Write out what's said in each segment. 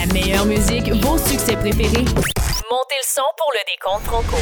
La meilleure musique, vos succès préférés. Montez le son pour le décompte Franco.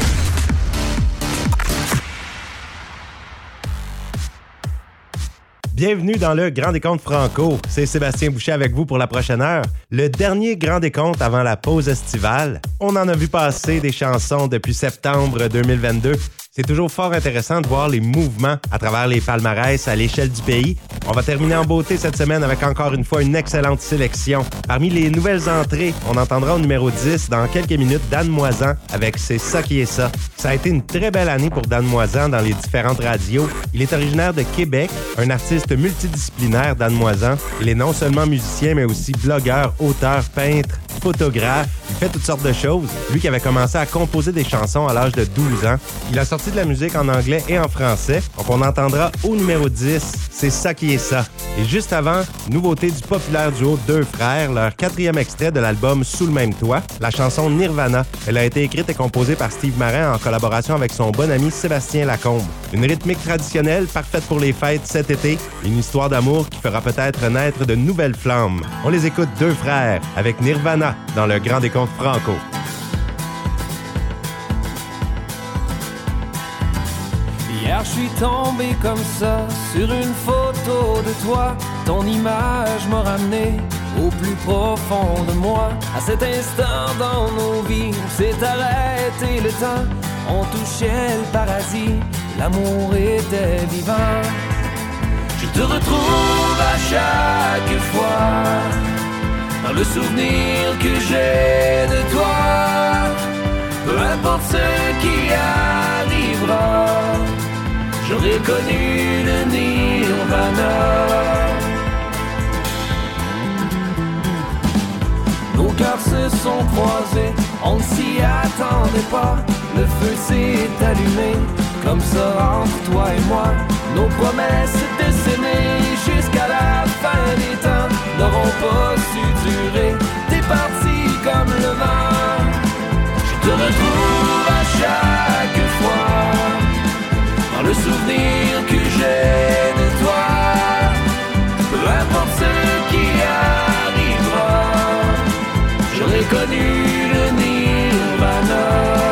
Bienvenue dans le Grand Décompte Franco. C'est Sébastien Boucher avec vous pour la prochaine heure. Le dernier Grand Décompte avant la pause estivale. On en a vu passer des chansons depuis septembre 2022. C'est toujours fort intéressant de voir les mouvements à travers les palmarès à l'échelle du pays. On va terminer en beauté cette semaine avec encore une fois une excellente sélection. Parmi les nouvelles entrées, on entendra au numéro 10 dans quelques minutes Dan Moisan avec C'est ça qui est ça. Ça a été une très belle année pour Dan Moisan dans les différentes radios. Il est originaire de Québec, un artiste multidisciplinaire, Dan Moisan. Il est non seulement musicien mais aussi blogueur, auteur, peintre, photographe. Il fait toutes sortes de choses. Lui qui avait commencé à composer des chansons à l'âge de 12 ans. Il a sorti de la musique en anglais et en français. Donc on entendra au numéro 10, C'est ça qui est ça. Et juste avant, nouveauté du populaire duo Deux Frères, leur 4e extrait de l'album Sous le même toit, la chanson Nirvana. Elle a été écrite et composée par Steve Marin en collaboration avec son bon ami Sébastien Lacombe. Une rythmique traditionnelle parfaite pour les fêtes cet été. Une histoire d'amour qui fera peut-être naître de nouvelles flammes. On les écoute Deux Frères avec Nirvana dans le Grand Décompte Franco. Hier, je suis tombé comme ça sur une photo de toi. Ton image m'a ramené au plus profond de moi. À cet instant dans nos vies, on s'est arrêté le temps. On touchait le paradis, l'amour était vivant. Je te retrouve à chaque fois dans le souvenir que j'ai de toi. Peu importe ce qui arrivera, j'aurais connu le Nirvana. Nos cœurs se sont croisés, on ne s'y attendait pas. Le feu s'est allumé, comme ça entre toi et moi. Nos promesses de s'aimer jusqu'à la fin des temps n'auront pas su durer. T'es parti comme le vent. Je te retrouve à chaque fois dans le souvenir que j'ai de toi. Peu importe ce qui arrivera, j'aurais connu le Nirvana.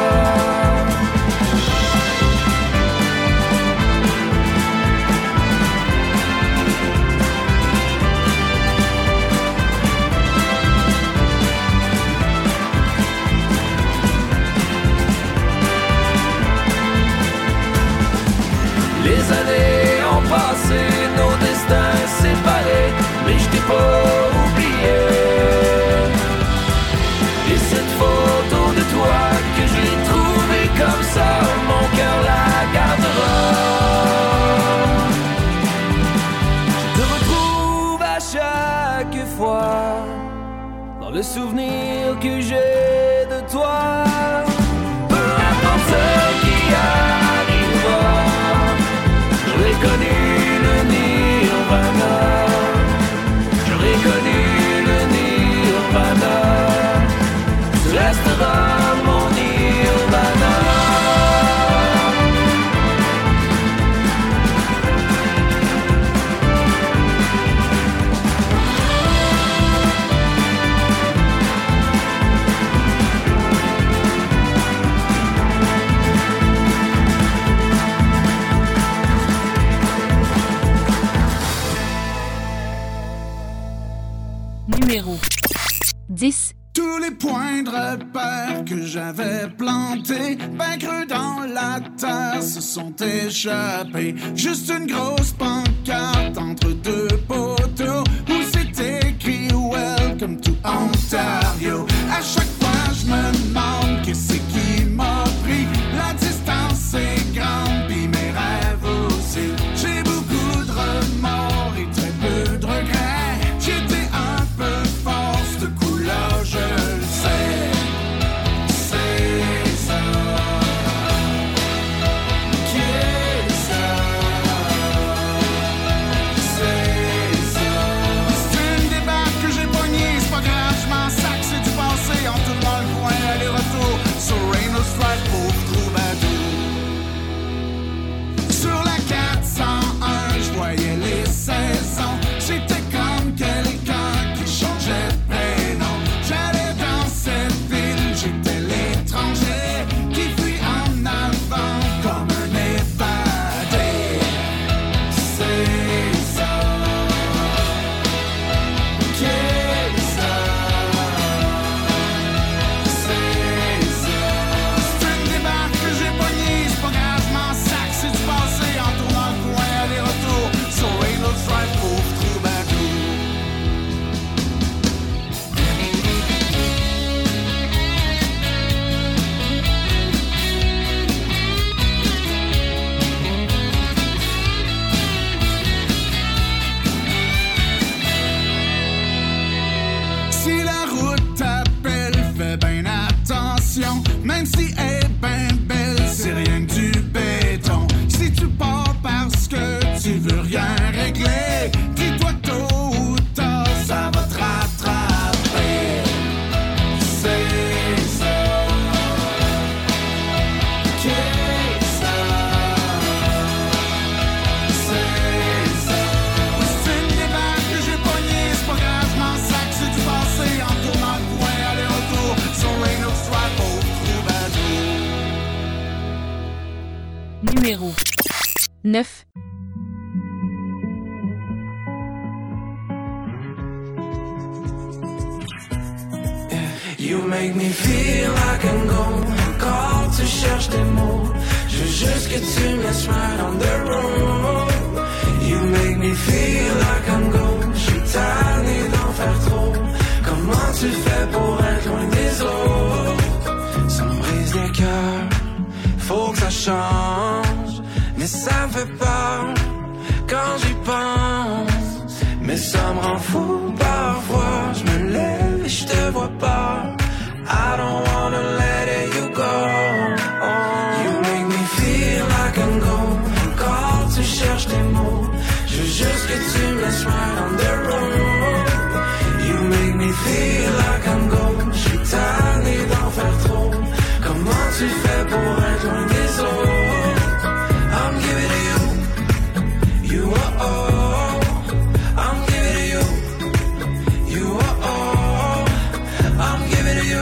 Les années ont passé, nos destins séparés, mais je t'ai pas oublié. Et cette photo de toi que j'ai trouvée comme ça, mon cœur la gardera. Je te retrouve à chaque fois dans le souvenir que j'ai de toi. Peu importe ce qui arrivera, j'aurais connu le Nirvana. J'aurais connu le Nirvana. Tu resteras mon Nirvana. Numéro 10. Tous les points de repère que j'avais plantés, ben creux dans la terre, se sont échappés. Juste une grosse pancarte entre deux poteaux où c'est écrit Welcome to Ontario. À chaque fois je me demande qu'est-ce qui m'a pris. La distance est grande pis mes rêves aussi. J'ai beaucoup de remords et très peu de regrets. J'étais un peu fort, ce coup-là je le sais. C'est ça qui est ça. C'est ça. C'est une débarque que j'ai pognée, c'est pas grave, je m'en sac. Numéro 9. You make me feel like I'm gone. Encore tu cherches tes mots. Je veux juste que tu me laisses right on the road. You make me feel like I'm gone. Je suis tanné d'en faire trop. Comment tu fais pour être loin des autres? Ça me brise le cœur. Faut que ça change. Mais ça me fait peur quand j'y pense. Mais ça me rend fou parfois. Je me lève et je te vois pas. I don't wanna let you go. You make me feel like I'm gone. Encore tu cherches tes mots. Je veux juste que tu me laisses right on the road. You make me feel like I'm gone. Je suis tanné d'en faire trop. Comment tu fais pour être loin des autres? I'm giving to you. You are all. I'm giving to you. You are all. I'm giving to you.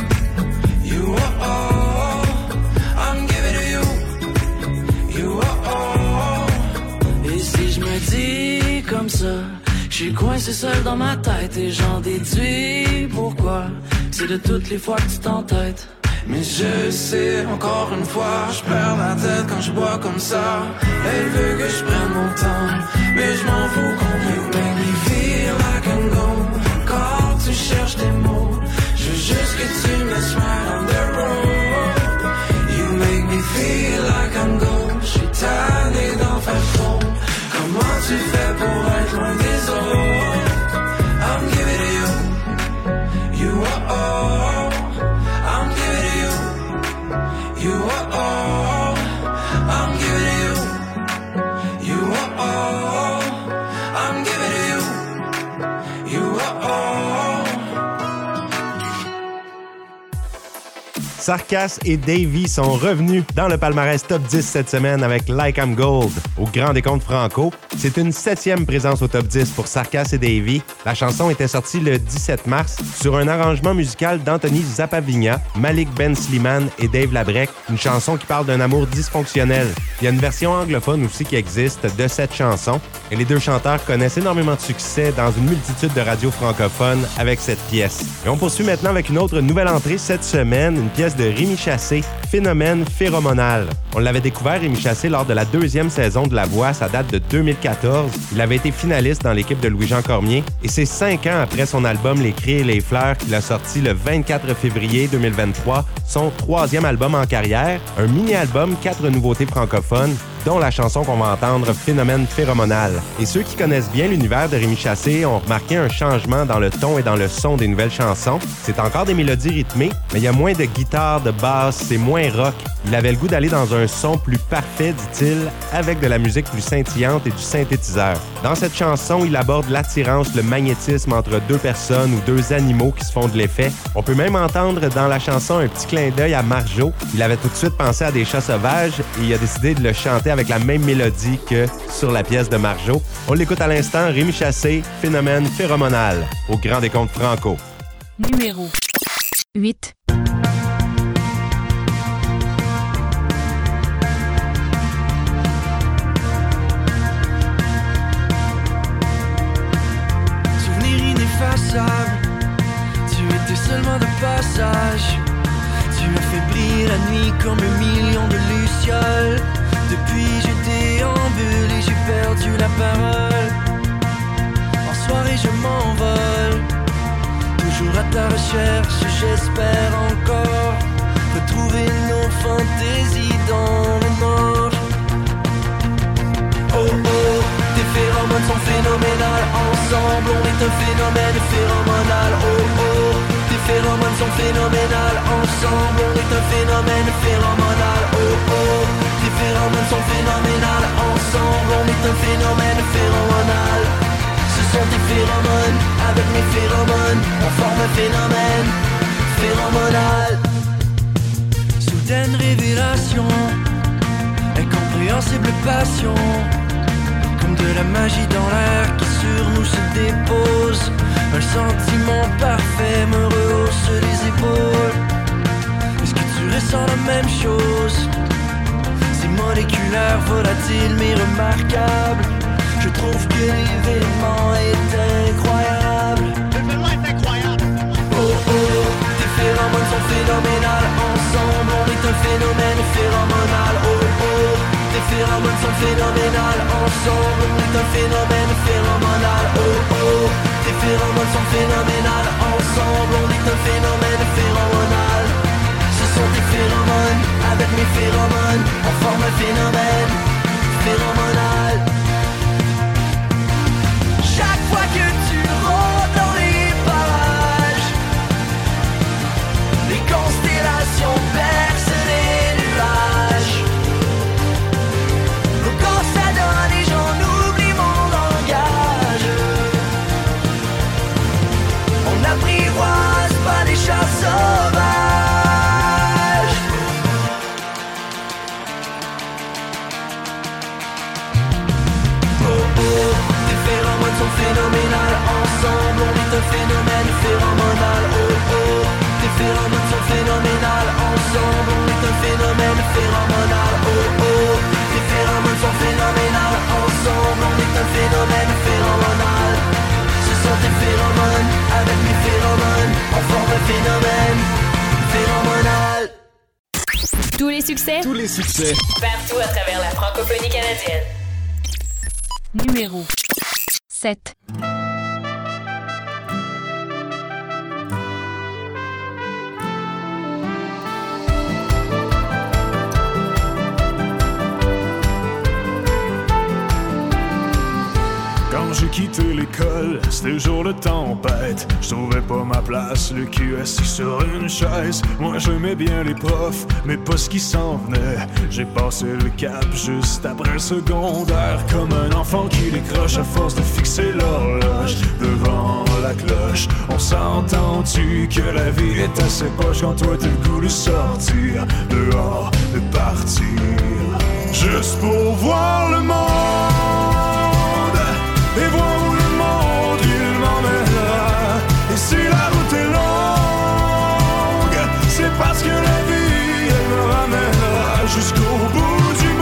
You are all. I'm giving to you. You are all. Et si je me dis comme ça, je suis coincé seul dans ma tête et j'en déduis pourquoi. C'est de toutes les fois que tu t'entêtes. Mais je sais, encore une fois, je perds la tête quand je bois comme ça. Elle veut que je prenne mon temps, mais je m'en fous complètement. You make me feel like I'm gone. Encore tu cherches tes mots. Je veux juste que tu me laisses right on the road. You make me feel like I'm gone. Je suis tanné d'en faire trop. Comment tu fais pour être loin des autres? I'm giving to you. You are all. I'm giving to you. You are all. I'm giving to you. You are all. I'm giving to you. You are all. Sarkas et Davy sont revenus dans le palmarès top 10 cette semaine avec Like I'm Gold au Grand Décompte Franco. C'est une 7e présence au top 10 pour Sarkas et Davy. La chanson était sortie le 17 mars sur un arrangement musical d'Anthony Zapavigna, Malik Ben Slimane et Dave Labrec, une chanson qui parle d'un amour dysfonctionnel. Il y a une version anglophone aussi qui existe de cette chanson et les deux chanteurs connaissent énormément de succès dans une multitude de radios francophones avec cette pièce. Et on poursuit maintenant avec une autre nouvelle entrée cette semaine, une pièce de Rémi Chassé, Phénomène phéromonal. On l'avait découvert, Rémi Chassé, lors de la 2e saison de La Voix, ça date de 2014. Il avait été finaliste dans l'équipe de Louis-Jean Cormier et c'est 5 ans après son album Les Cris et les Fleurs qu'il a sorti le 24 février 2023, son 3e album en carrière, un mini-album 4 nouveautés francophones, dont la chanson qu'on va entendre, Phénomène phéromonal. Et ceux qui connaissent bien l'univers de Rémi Chassé ont remarqué un changement dans le ton et dans le son des nouvelles chansons. C'est encore des mélodies rythmées, mais il y a moins de guitare, de basse, c'est moins rock. Il avait le goût d'aller dans un son plus parfait, dit-il, avec de la musique plus scintillante et du synthétiseur. Dans cette chanson, il aborde l'attirance, le magnétisme entre deux personnes ou deux animaux qui se font de l'effet. On peut même entendre dans la chanson un petit clin d'œil à Marjo. Il avait tout de suite pensé à des chats sauvages et il a décidé de le chanter avec la même mélodie que sur la pièce de Marjo. On l'écoute à l'instant, Rémi Chassé, Phénomène phéromonal, au Grand Décompte Franco. Numéro 8. Souvenir ineffaçable, tu étais seulement de passage. Tu as faibli la nuit comme 1 million de lucioles. Depuis je déambule et j'ai perdu la parole. En soirée je m'envole, toujours à ta recherche, j'espère encore retrouver nos fantaisies dans le nord. Oh oh, tes phéromones sont phénoménales, ensemble on est un phénomène phéromonal. Oh oh, tes phéromones sont phénoménales, ensemble on est un phénomène phéromonal. Oh oh, tes phéromones sont phénoménales, ensemble on est un phénomène phéromonal. Ce sont tes phéromones, avec mes phéromones, on forme un phénomène phéromonal. Soudaine révélation, incompréhensible passion, comme de la magie dans l'air qui sur nous se dépose. Un sentiment parfait me rehausse les épaules. Est-ce que tu ressens la même chose? C'est moléculaire. remarquable. Je trouve que l'événement est incroyable. L'événement est incroyable. Oh oh, tes phéromones sont phénoménales. Ensemble on est un phénomène phéromonal. Oh oh, tes phéromones sont phénoménales. Ensemble on est un phénomène phéromonal. Oh oh, tes phéromones sont phénoménales. Ensemble on est un phénomène phéromonal. Ce sont tes phéromones, avec mes phéromones, on forme un phénomène phéromonal. Chaque fois que tu rôdes dans les parages, les constellations percent les nuages. Quand ça donne et j'en oublie mon langage, on n'apprivoise pas les chats sauvages. Phénoménal, ensemble on est un phénomène phéromonal. Oh oh, tes phéromones sont phénoménales. Ensemble on est un phénomène phéromonal. Oh oh, tes phéromones sont phénoménales. Ensemble on est un phénomène phéromonal. Ce sont tes phéromones, avec mes phéromones, on forme un phénomène phéromonal. Tous les succès. Tous les succès. Partout à travers la francophonie canadienne. Numéro 7. Quand j'ai quitté l'école, c'était jour de tempête. Je trouvais pas ma place, le cul assis sur une chaise. Moi j'aimais bien les profs, mais pas ce qui s'en venait. J'ai passé le cap juste après le secondaire, comme un enfant qui décroche à force de fixer l'horloge devant la cloche. On s'entend-tu que la vie est assez poche quand toi t'as le goût de sortir dehors, de partir, juste pour voir le monde. Et voir où le monde il m'emmènera. Et si la route est longue, c'est parce que la vie elle me ramènera jusqu'au bout du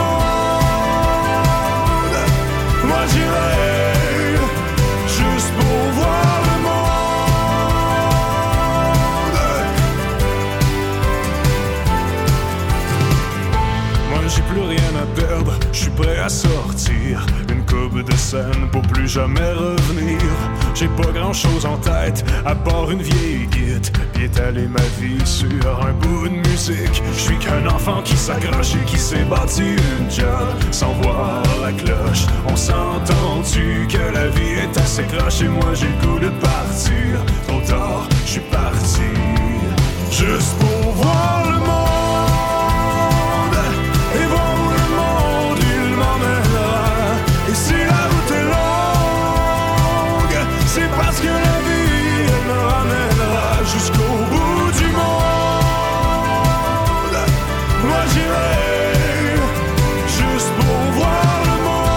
monde. Moi j'irai juste pour voir le monde. Moi j'ai plus rien à perdre, je suis prêt à sortir. De scène pour plus jamais revenir. J'ai pas grand chose en tête à part une vieille guide, puis étaler ma vie sur un bout de musique. Je suis qu'un enfant qui s'accroche et qui s'est bâti une job sans voir la cloche. On s'entend-tu que la vie est assez croche et moi j'ai le goût de partir. Trop tard, je suis parti juste pour voir le monde. Et voir où le monde il m'emmènera. Et si la route est longue, c'est parce que la vie elle me ramènera jusqu'au bout du monde. Moi j'irai juste pour voir le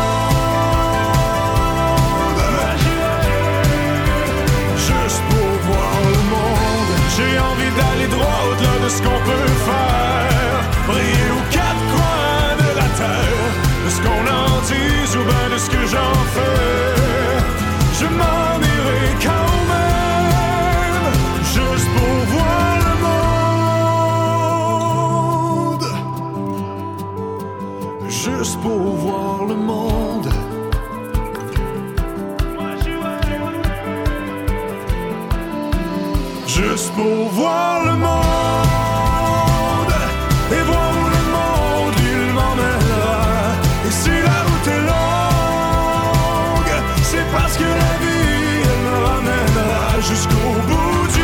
monde. Moi j'irai juste pour voir le monde. J'ai envie d'aller droit au-delà de ce qu'on peut faire, briller aux quatre coins de la terre, de ce qu'on en dise ou bien de ce que j'en fais. Je m'en irai quand même, juste pour voir le monde. Juste pour voir le monde. Juste pour voir le monde. Et voir où le monde il m'emmènera. Et si la route est longue, c'est parce que la vie elle me ramènera jusqu'au bout du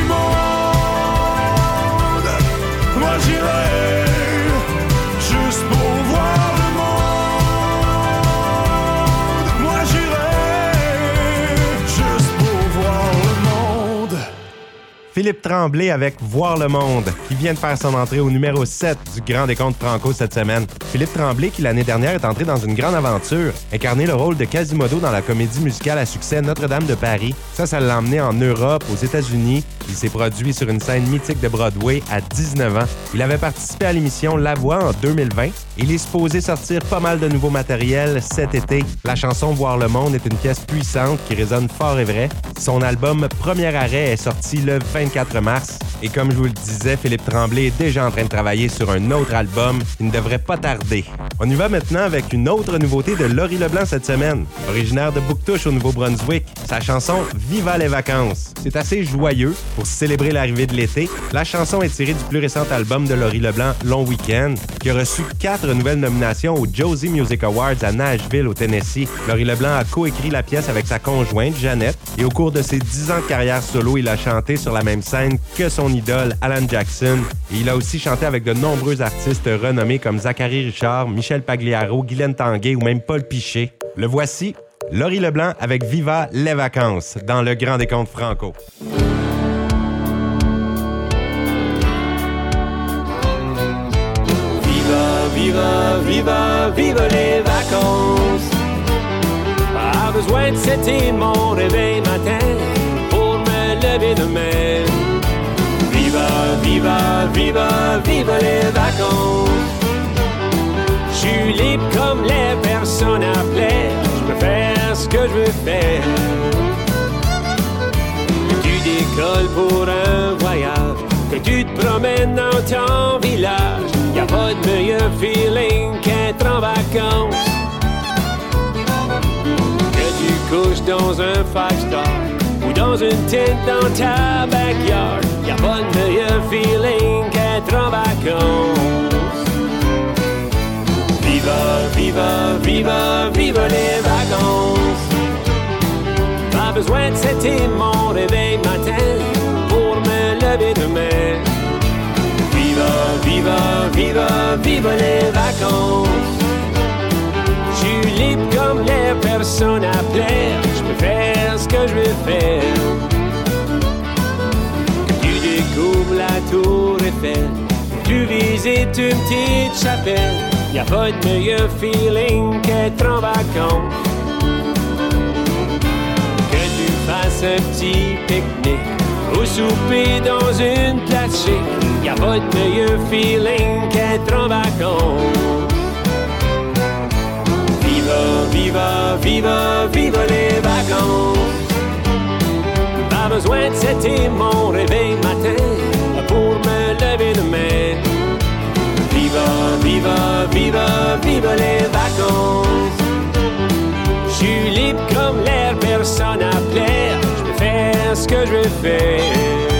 monde. Moi j'irai juste pour voir le monde. Moi j'irai juste pour voir le monde. Philippe Tremblay avec Voir le monde, qui vient de faire son entrée au numéro 7 du Grand Décompte Franco cette semaine. Philippe Tremblay, qui l'année dernière est entré dans une grande aventure, incarner le rôle de Quasimodo dans la comédie musicale à succès Notre-Dame de Paris. Ça l'a emmené en Europe, aux États-Unis. Il s'est produit sur une scène mythique de Broadway à 19 ans. Il avait participé à l'émission La Voix en 2020. Il est supposé sortir pas mal de nouveaux matériels cet été. La chanson Voir le monde est une pièce puissante qui résonne fort et vrai. Son album Premier arrêt est sorti le 24 mars. Et comme je vous le disais, Philippe Tremblay est déjà en train de travailler sur un autre album qui ne devrait pas tarder. On y va maintenant avec une autre nouveauté de Laurie Leblanc cette semaine. Originaire de Bouctouche au Nouveau-Brunswick, sa chanson Viva les vacances. C'est assez joyeux pour célébrer l'arrivée de l'été. La chanson est tirée du plus récent album de Laurie Leblanc, Long Weekend, qui a reçu 4 nouvelles nominations aux Josie Music Awards à Nashville, au Tennessee. Laurie Leblanc a coécrit la pièce avec sa conjointe, Jeannette, et au cours de ses 10 ans de carrière solo, il a chanté sur la même scène que son idole, Alan Jackson. Et il a aussi chanté avec de nombreux artistes renommés comme Zachary Richard, Michel Pagliaro, Guylaine Tanguay ou même Paul Piché. Le voici, Laurie Leblanc avec Viva les vacances dans le Grand Décompte Franco. Viva, viva, viva les vacances. Pas besoin de setter mon réveil matin pour me lever demain. Viva, viva, viva, viva les vacances. J'suis libre comme les personnes à plaire. J'peux faire ce que je veux faire. Que tu décolles pour un voyage, que tu te promènes dans ton village. Y'a pas de meilleur feeling qu'être en vacances. Que tu couches dans un five-star ou dans une tente dans ta backyard. Y'a pas de meilleur feeling qu'être en vacances. Viva, viva, viva, viva les vacances. Pas besoin de setter mon réveil matin pour me lever demain. Viva, viva, viva, viva les vacances. J'suis libre comme les personnes à plaire. J'peux faire ce que je veux faire. Que tu découvres la tour Eiffel, que tu visites une petite chapelle. Y'a pas de meilleur feeling qu'être en vacances. Que tu fasses un petit pique-nique ou souper dans une place chic. Y'a pas de meilleur feeling qu'être en vacances. Viva, viva, viva, viva les vacances. Pas besoin de setter mon réveil matin pour me lever demain. Viva, viva, viva, viva les vacances. J'suis libre comme l'air, personne à plaire. J'peux faire ce que je veux faire.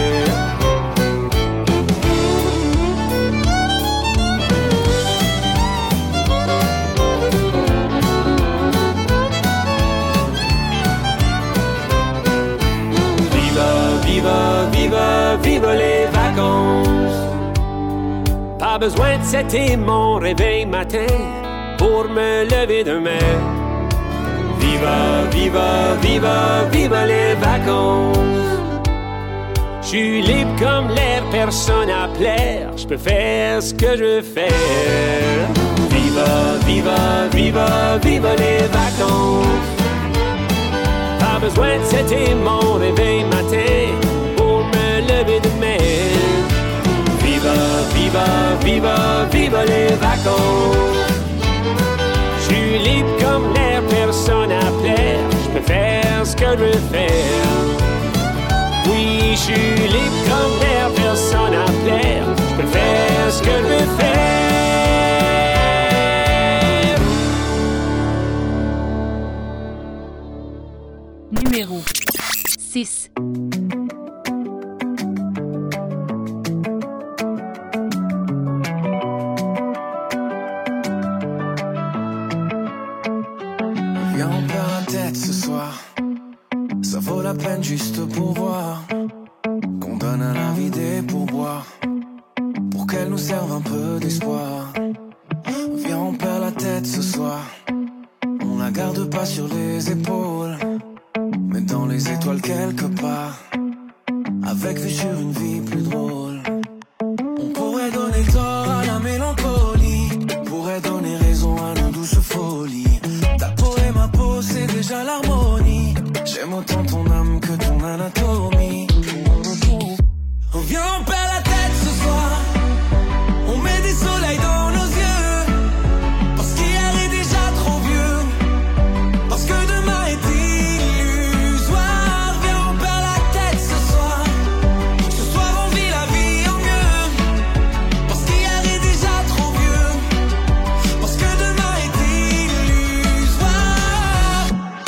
Viva, viva, viva les vacances. Pas besoin de setter mon réveil matin pour me lever demain. Viva, viva, viva, viva les vacances. J'suis libre comme l'air, personne à plaire. J'peux faire ce que je veux faire. Viva, viva, viva, viva les vacances. Pas besoin de setter mon réveil matin pour me lever demain. Viva, viva, viva, viva les vacances. J'suis libre comme l'air, personne à plaire. J'peux faire ce que je veux faire. Oui, j'suis libre comme l'air, personne à plaire. J'peux faire ce que je veux faire. Numéro 6. Viens, on perd la tête ce soir. Ça vaut la peine juste pour voir qu'on donne à la vie des pourboires pour qu'elle nous serve un peu d'espoir. Viens, on perd la tête ce soir. On la garde pas sur les épaules, mais dans les étoiles quelque part. avec vue sur une vie plus drôle. On pourrait donner tort à la mélancolie, pourrait donner raison à nos douces folies. Ta peau et ma peau, c'est déjà l'harmonie. J'aime autant ton âme que ton anatomie. On vient, on perd la tête ce soir. On met des soleils dans nos yeux. Parce qu'hier est déjà trop vieux. Parce que demain est illusoire. Viens, on perd la tête ce soir. Ce soir on vit la vie en mieux. Parce qu'hier est déjà trop vieux. Parce que demain est illusoire.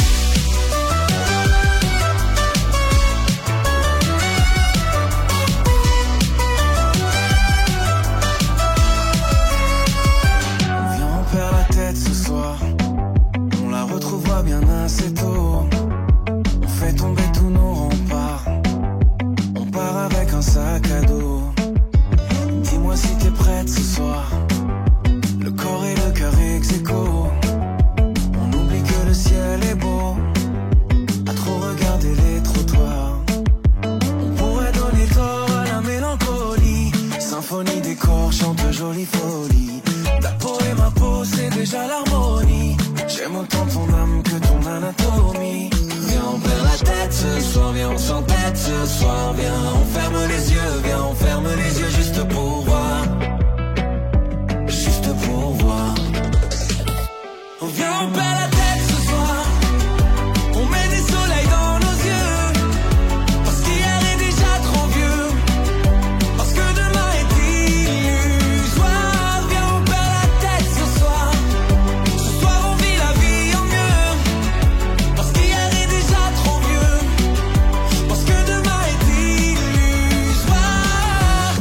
Viens, on perd la tête ce soir. On la retrouvera bien assez tôt. On fait tomber tous nos remparts. On part avec un sac à dos. Dis-moi si t'es prête ce soir. Le corps et le cœur ex aequo. On oublie que le ciel est beau. À trop regarder les trottoirs. On pourrait donner tort à la mélancolie. Symphonie des corps chante jolie folie. Ta peau et ma peau, c'est déjà l'harmonie. J'aime autant ton âme que ton anatomie. Viens, on perd la tête ce soir. Viens, on s'entête ce soir. Viens, on ferme les yeux. Viens, on ferme les yeux juste pour voir. Juste pour voir. Viens, on perd la tête ce soir. On met des soleils dans nos yeux. Parce qu'hier est déjà trop vieux. Parce que demain est illusoire. Viens, on perd la tête ce soir. Ce soir on vit la vie en mieux. Parce qu'hier est déjà trop vieux. Parce que demain est illusoire.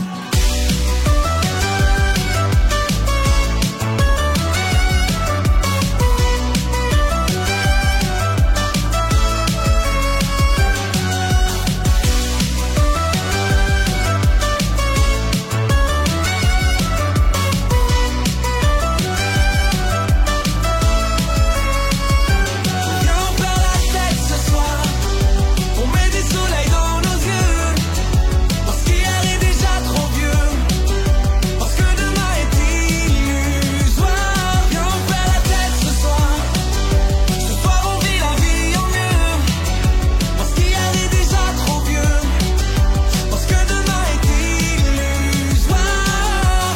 Viens, on perd la tête ce soir. On met des soleils dans nos yeux. Parce qu'hier est déjà trop vieux. Parce que demain est illusoire. Viens, on perd la tête ce soir. Ce soir on vit la vie en mieux. Parce qu'hier est déjà trop vieux. Parce que demain est illusoire.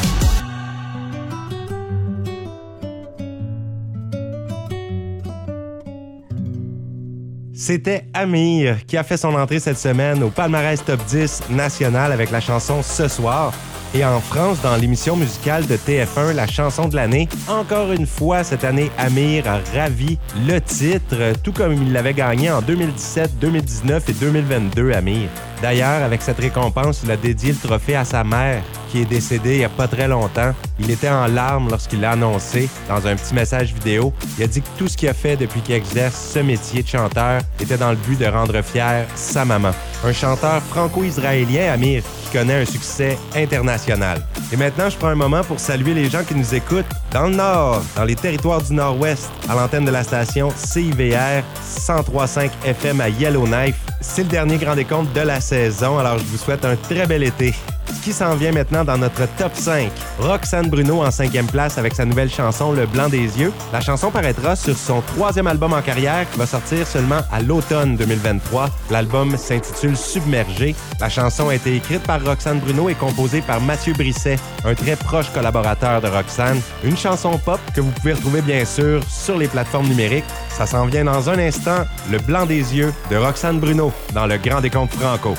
C'était Amir qui a fait son entrée cette semaine au palmarès top 10 national avec la chanson Ce soir. Et en France, dans l'émission musicale de TF1, la chanson de l'année, encore une fois cette année, Amir a ravi le titre, tout comme il l'avait gagné en 2017, 2019 et 2022, Amir. D'ailleurs, avec cette récompense, il a dédié le trophée à sa mère, qui est décédée il n'y a pas très longtemps. Il était en larmes lorsqu'il l'a annoncé dans un petit message vidéo. Il a dit que tout ce qu'il a fait depuis qu'il exerce ce métier de chanteur était dans le but de rendre fière sa maman. Un chanteur franco-israélien, Amir, qui connaît un succès international. Et maintenant, je prends un moment pour saluer les gens qui nous écoutent dans le Nord, dans les territoires du Nord-Ouest, à l'antenne de la station CIVR 103.5 FM à Yellowknife. C'est le dernier grand décompte de la saison, alors je vous souhaite un très bel été. Ce qui s'en vient maintenant dans notre top 5. Roxane Bruno en 5e place avec sa nouvelle chanson Le Blanc des Yeux. La chanson paraîtra sur son 3e album en carrière qui va sortir seulement à l'automne 2023. L'album s'intitule Submergé. La chanson a été écrite par Roxane Bruno et composée par Mathieu Brisset, un très proche collaborateur de Roxane. Une chanson pop que vous pouvez retrouver bien sûr sur les plateformes numériques. Ça s'en vient dans un instant, Le Blanc des Yeux de Roxane Bruno dans le Grand Décompte Franco.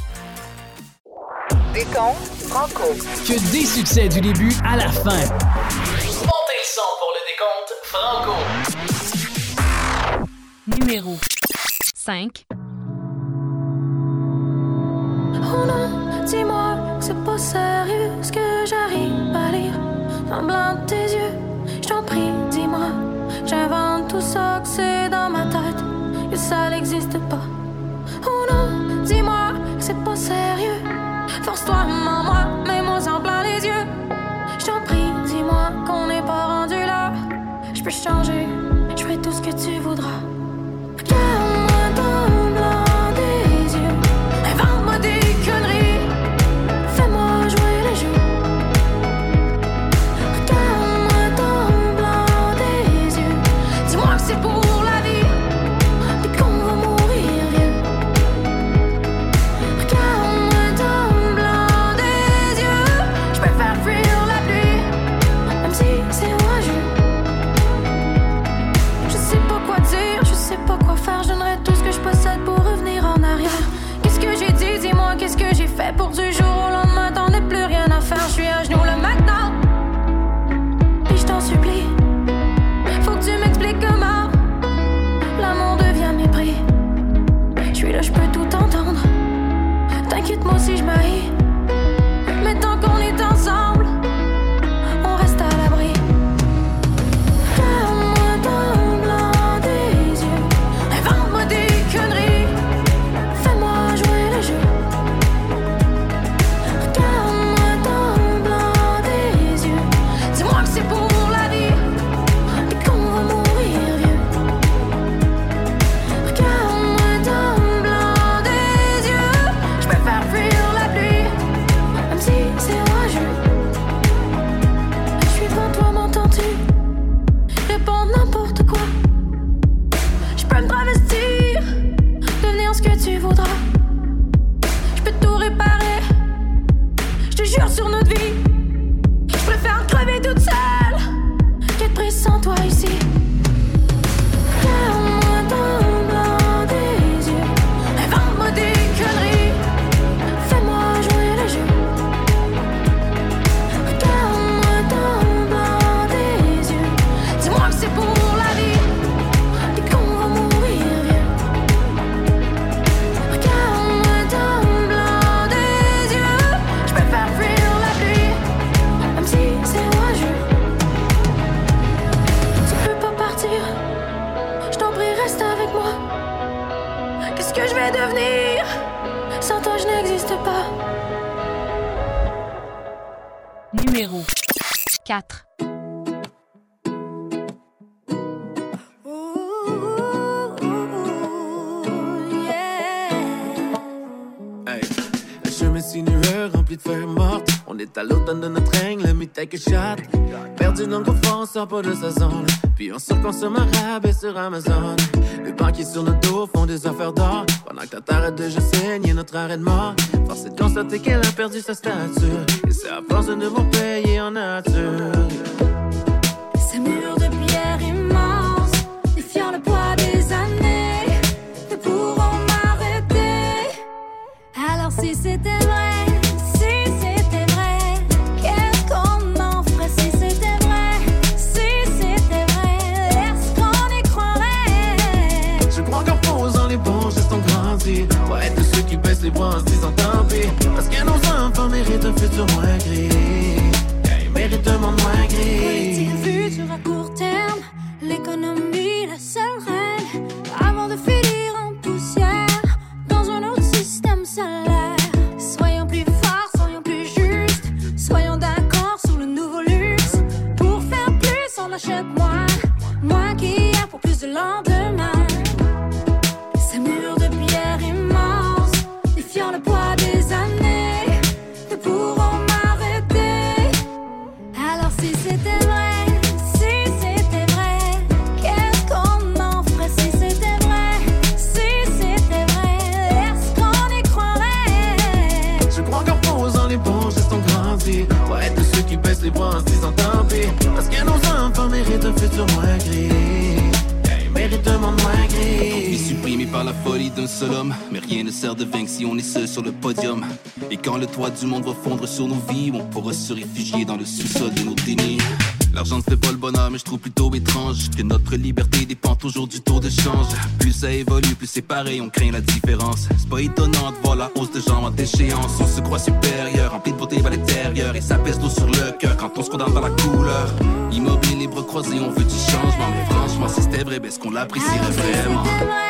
Décompte Franco. Que des succès du début à la fin. Montez le son pour le décompte Franco. Numéro 5. Oh non, dis-moi que c'est pas sérieux ce que j'arrive à lire dans le blanc de tes yeux. Je t'en prie, dis-moi, j'invente tout ça que c'est dans ma tête et ça n'existe pas. Oh non, dis-moi que c'est pas sérieux. Force-toi, maman, mets-moi en plein les yeux. Je t'en prie, dis-moi qu'on n'est pas rendu là. Je peux changer, je ferai tout ce que tu voudras. Regarde-moi dans le blanc des yeux. Invente-moi des Numéro 4. Chemin sinueux rempli de feuilles mortes. On est à l'automne de notre règne, le mitaille que chatte. Perdu dans le confort, on sort pas de sa zone. Puis on surconsomme un rabais sur Amazon. Les banquiers sur nos dos font des affaires d'or. Pendant que ta t'arrêtes de je saigne notre arrêt de mort. Force est de constater qu'elle a perdu sa stature. Et c'est à force de devoir payer en nature. Ces murs de pierre immenses, défiant le poids des années, ne pourront m'arrêter. Alors si c'était vrai, si c'était vrai, qu'est-ce qu'on en ferait si c'était vrai? Si c'était vrai, est-ce qu'on y croirait? Je crois qu'en posant les bons gestes on grandit. On va être de ceux qui baissent les bras en se disant tant pis. Parce que nos enfants méritent un futur moins gris. Ils méritent un monde moins gris. Futur à court terme, l'économie la seule reine. Avant de finir en poussière dans un autre système salaire. Soyons plus forts, soyons plus justes. Soyons d'accord sur le nouveau luxe. Pour faire plus, on achète moins. Moins qu'hier pour plus de lendemain. Ces murs de pierre immenses, défiant le poids des années, ne pourront m'arrêter. Alors si c'était vrai, si c'était vrai, qu'est-ce qu'on en ferait si c'était vrai? Si c'était vrai, est-ce qu'on y croirait? Je crois qu'en posant les bons gestes on grandit. On va être de ceux qui baissent les bras en se disant tant pis. Parce que nos enfants méritent un futur moins gris. Ils méritent un monde moins gris. Supprimé par la folie d'un seul homme. Mais rien ne sert de vaincre si on est seul sur le podium. Et quand le toit du monde va fondre sur nos vies, on pourra se réfugier dans le sous-sol de nos dénis. L'argent ne fait pas le bonheur, mais je trouve plutôt étrange que notre liberté dépend toujours du taux de change. Plus ça évolue, plus c'est pareil, on craint la différence. C'est pas étonnant de voir la hausse de gens en déchéance. On se croit supérieur, rempli de beauté à l'intérieur. Et ça pèse l'eau sur le cœur quand on se condamne dans la couleur. Immobile, les bras croisés, on veut du changement. Mais franchement, si c'était vrai, ben est-ce qu'on l'apprécierait vraiment?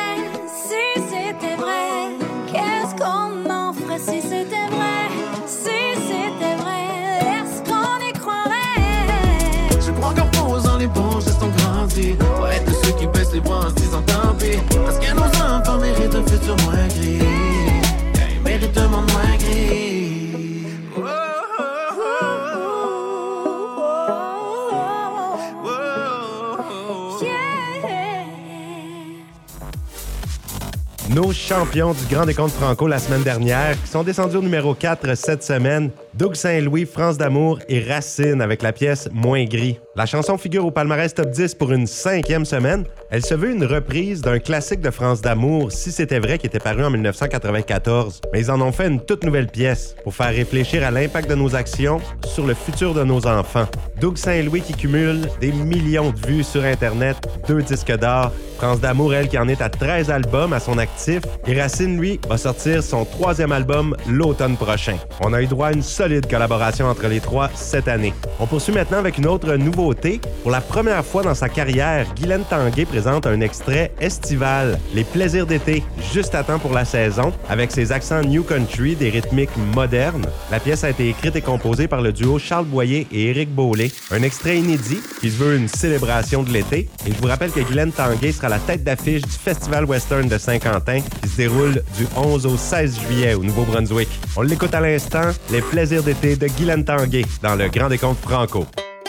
Si c'était vrai, qu'est-ce qu'on en ferait si c'était vrai? Si c'était vrai, est-ce qu'on y croirait? Je crois qu'en posant les bons gestes on grandit. On va être de ceux qui baissent les bras en se disant tant pis. Parce que nos enfants méritent un futur moins gris. Ils méritent un monde moins gris. Nos champions du Grand Décompte Franco la semaine dernière, qui sont descendus au numéro 4 cette semaine, Doug Saint-Louis, France d'amour et Racine avec la pièce Moins gris. La chanson figure au palmarès top 10 pour une 5e semaine. Elle se veut une reprise d'un classique de France d'amour, Si c'était vrai, qui était paru en 1994. Mais ils en ont fait une toute nouvelle pièce pour faire réfléchir à l'impact de nos actions sur le futur de nos enfants. Doug Saint-Louis qui cumule des millions de vues sur Internet, 2 disques d'or. France d'amour, elle, qui en est à 13 albums à son actif. Et Racine, lui, va sortir son 3e album l'automne prochain. On a eu droit à une solide collaboration entre les trois cette année. On poursuit maintenant avec une autre nouveauté. Pour la première fois dans sa carrière, Guylaine Tanguay présente un extrait estival, Les plaisirs d'été, juste à temps pour la saison, avec ses accents new country, des rythmiques modernes. La pièce a été écrite et composée par le duo Charles Boyer et Éric Beaulé. Un extrait inédit qui se veut une célébration de l'été. Et je vous rappelle que Guylaine Tanguay sera la tête d'affiche du Festival Western de Saint-Quentin qui se déroule du 11 au 16 juillet au Nouveau-Brunswick. On l'écoute à l'instant, Les plaisirs d'été de Guylaine Tanguay dans le Grand Décompte Franco.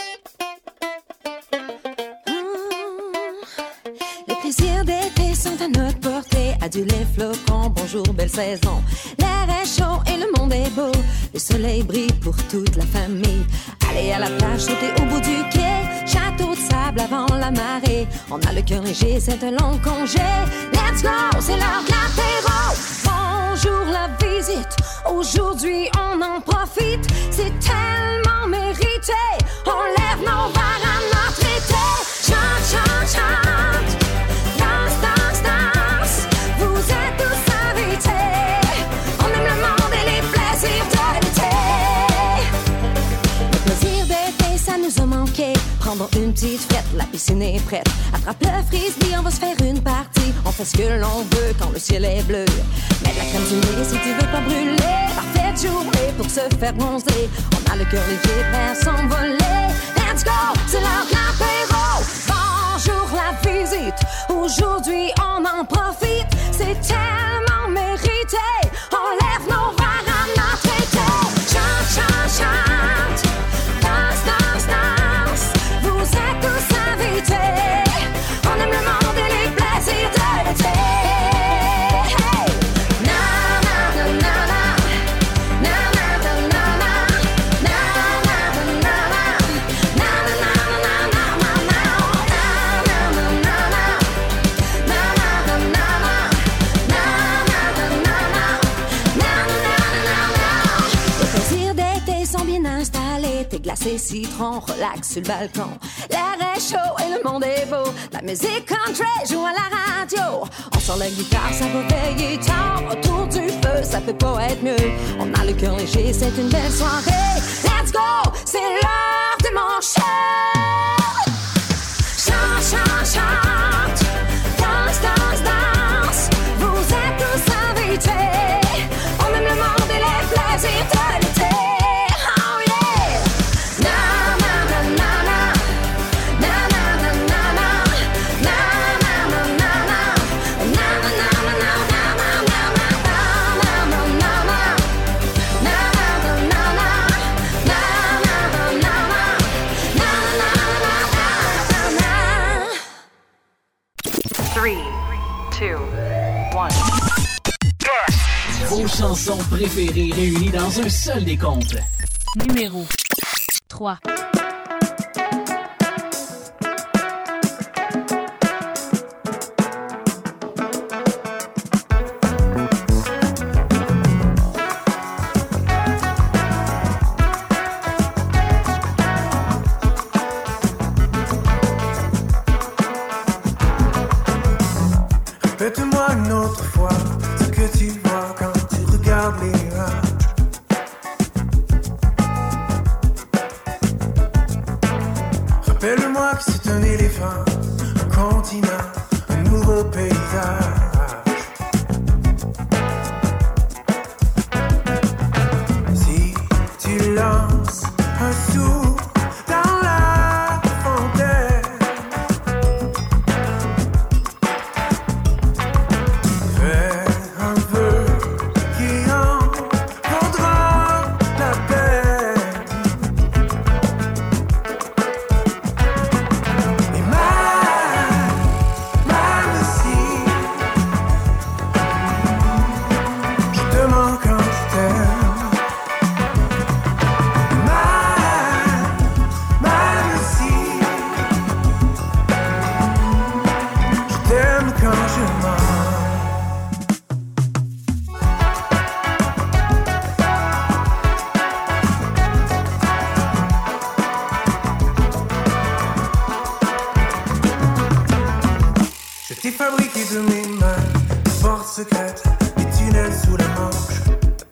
Les plaisirs d'été sont à notre portée. Adieu les flocons, bonjour belle saison. L'air est chaud et le monde est beau. Le soleil brille pour toute la famille. Aller à la plage, sauter au bout du quai. Château de sable avant la marée. On a le cœur léger, c'est un long congé. Let's go, c'est l'heure de l'apéro. Bonjour la visite. Aujourd'hui on en profite. C'est tellement mérité. On lève nos verres à notre été. Chante, chante, chante. Danse, danse, danse. Vous êtes tous invités. On aime le monde et les plaisirs de l'été. Le plaisir d'été, ça nous a manqué. Prendre une petite fête, la piscine est prête. Attrape le frisbee, on va se faire une partie. On fait ce que l'on veut quand le ciel est bleu. Mets de la crème du nez si tu veux pas brûler. Parfaite journée pour se faire bronzer. On a le cœur léger, prêt à s'envoler. Let's go, c'est l'heure de l'apéro. Bonjour la visite, aujourd'hui on en profite. C'est tellement mérité, on lève nos verres à notre été. Chante, chante, chante, danse, danse, danse. Vous êtes tous invités, on aime le monde et les plaisirs de l'été. T'es glacé citron, relax sur le balcon. L'air est chaud et le monde est beau. La musique country joue à la radio. On sort la guitare, ça va veiller tard. Autour du feu, ça peut pas être mieux. On a le cœur léger, c'est une belle soirée. Let's go, c'est l'heure de mon show. Chante, chante, chante, danse, danse, danse. Vous êtes tous invités. On aime le monde et les plaisirs de l'été. Vos chansons préférées réunies dans un seul décompte. Numéro 3. Répète-moi une autre fois ce que tu vois quand tu regardes les nuages. Rappelle-moi que c'est un éléphant, un continent, un nouveau paysage. Si tu lances un sou dans la fontaine, fais un vœu qui en vaudra la peine. Et mal aussi, je te manque quand je t'aime. Mal aussi, je t'aime quand je mens. Je t'ai fabriqué de mes mains des portes secrètes, des tunnels sous la Manche.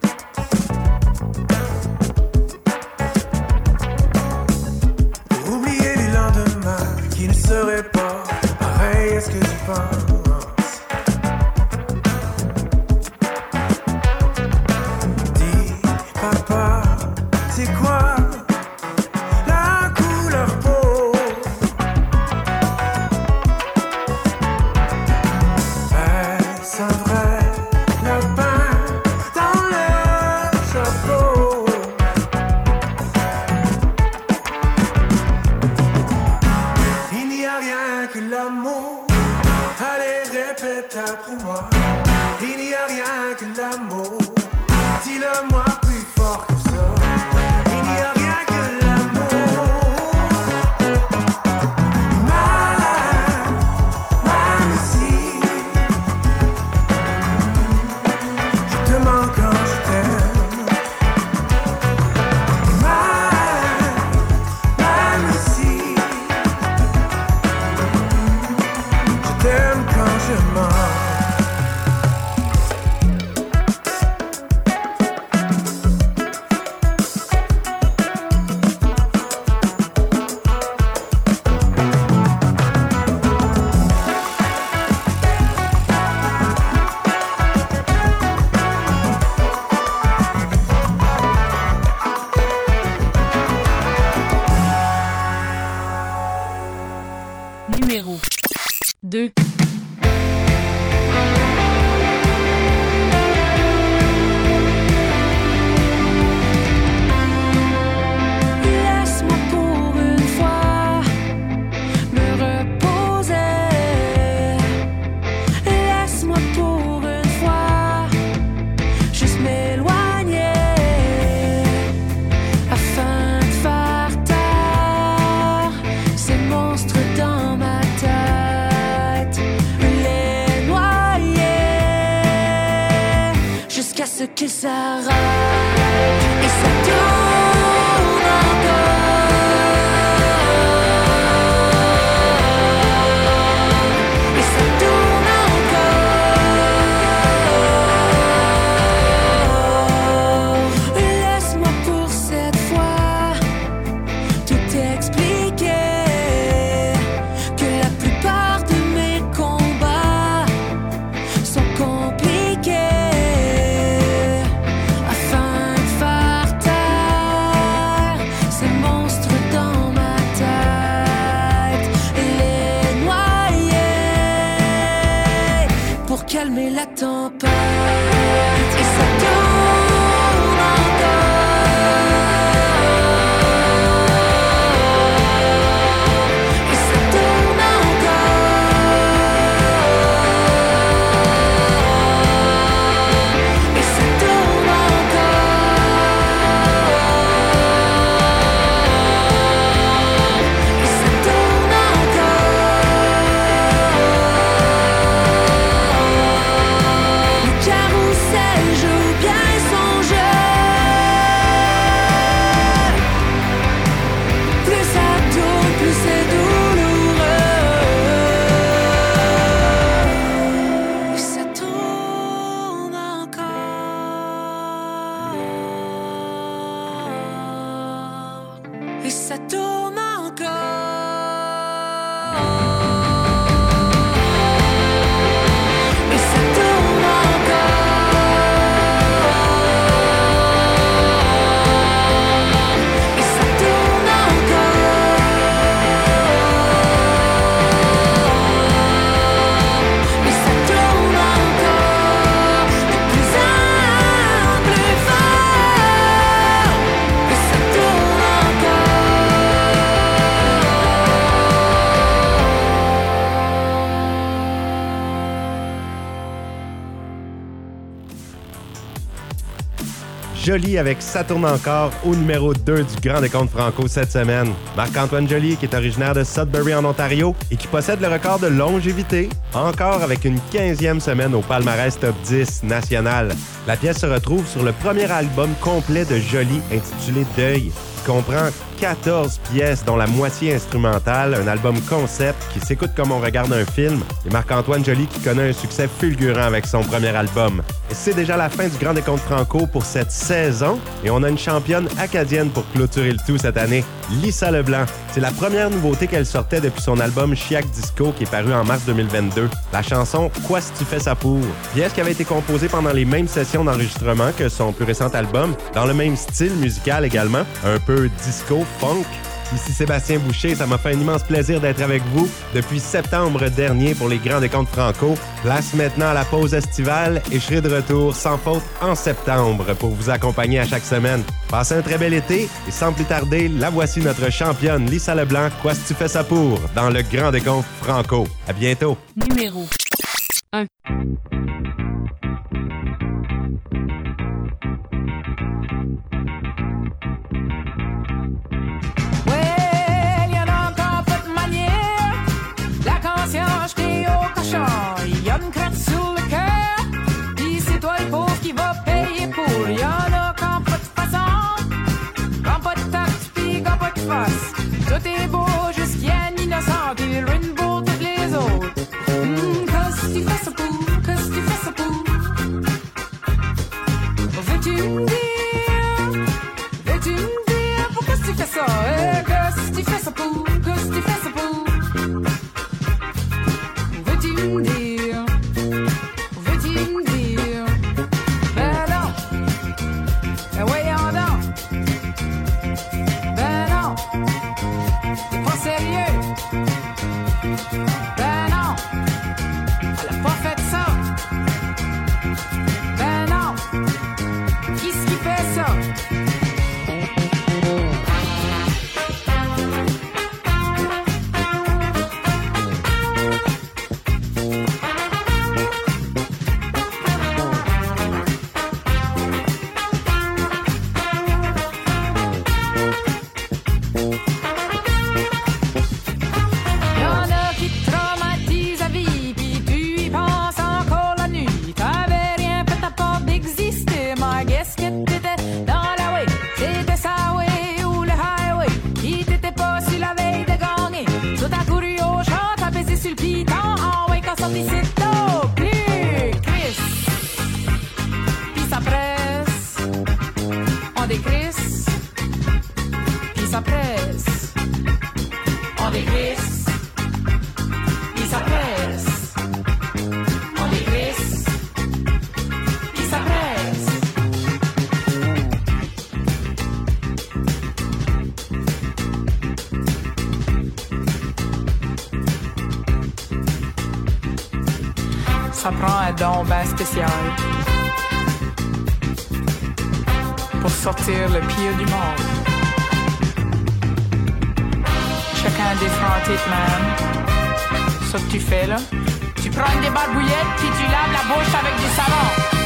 Pour oublier les lendemains qui ne seraient pas pareils à ce que tu penses. Dis, papa, c'est quoi la couleur peau? Est-ce un vrai lapin dans le chapeau? Il n'y a rien que l'amour. Allez, répète après moi. Il n'y a rien que l'amour. Dis-le-moi plus fort que ça. Il n'y a la tempête et ça tourne encore. Et ça tourne encore. Et ça tourne encore. Et ça tourne encore. Le carrousel joue bien son jeu. Plus ça tourne, plus c'est douloureux. Et ça tourne encore. Et ça tourne encore. Et ça tourne encore. Et ça tourne encore. Et ça tourne encore. De plus en plus fort. Et ça tourne Joly avec Ça tourne encore au numéro 2 du Grand Décompte Franco cette semaine. Marc-Antoine Joly, qui est originaire de Sudbury en Ontario et qui possède le record de longévité, encore avec une 15e semaine au palmarès top 10 national. La pièce se retrouve sur le premier album complet de Joly intitulé Deuil, qui comprend 14 pièces, dont la moitié instrumentale, un album concept qui s'écoute comme on regarde un film, et Marc-Antoine Joly qui connaît un succès fulgurant avec son premier album. Et c'est déjà la fin du Grand Décompte Franco pour cette saison, et on a une championne acadienne pour clôturer le tout cette année, Lisa Leblanc. C'est la première nouveauté qu'elle sortait depuis son album Chiac Disco qui est paru en mars 2022. La chanson Quoi si tu fais ça pour? Pièce qui avait été composée pendant les mêmes sessions d'enregistrement que son plus récent album, dans le même style musical également, un peu disco, funk. Ici Sébastien Boucher, ça m'a fait un immense plaisir d'être avec vous depuis septembre dernier pour les Grands Décomptes Franco. Place maintenant à la pause estivale et je serai de retour sans faute en septembre pour vous accompagner à chaque semaine. Passez un très bel été et sans plus tarder, la voici notre championne Lisa Leblanc, Quoi si tu fais ça pour? Dans le Grand Décompte Franco. À bientôt. Numéro 1. Well, y'en a encore pas de manière. La conscience qui est au cochon. Y'en a une crotte sur le cœur. Pis c'est toi le pauvre qui va payer pour. Y'en a encore pas de façon. Quand pas de tact pis quand pas de face. Tout est beau jusqu'à un innocent. Pis le ruine pour toutes les autres. Qu'est-ce que tu fais ça pour? Qu'est-ce que Ça prend un don ben spécial pour sortir le pire du monde. Chacun défronté de même. Ce que tu fais là, tu prends une débarbouillette puis tu laves la bouche avec du savon.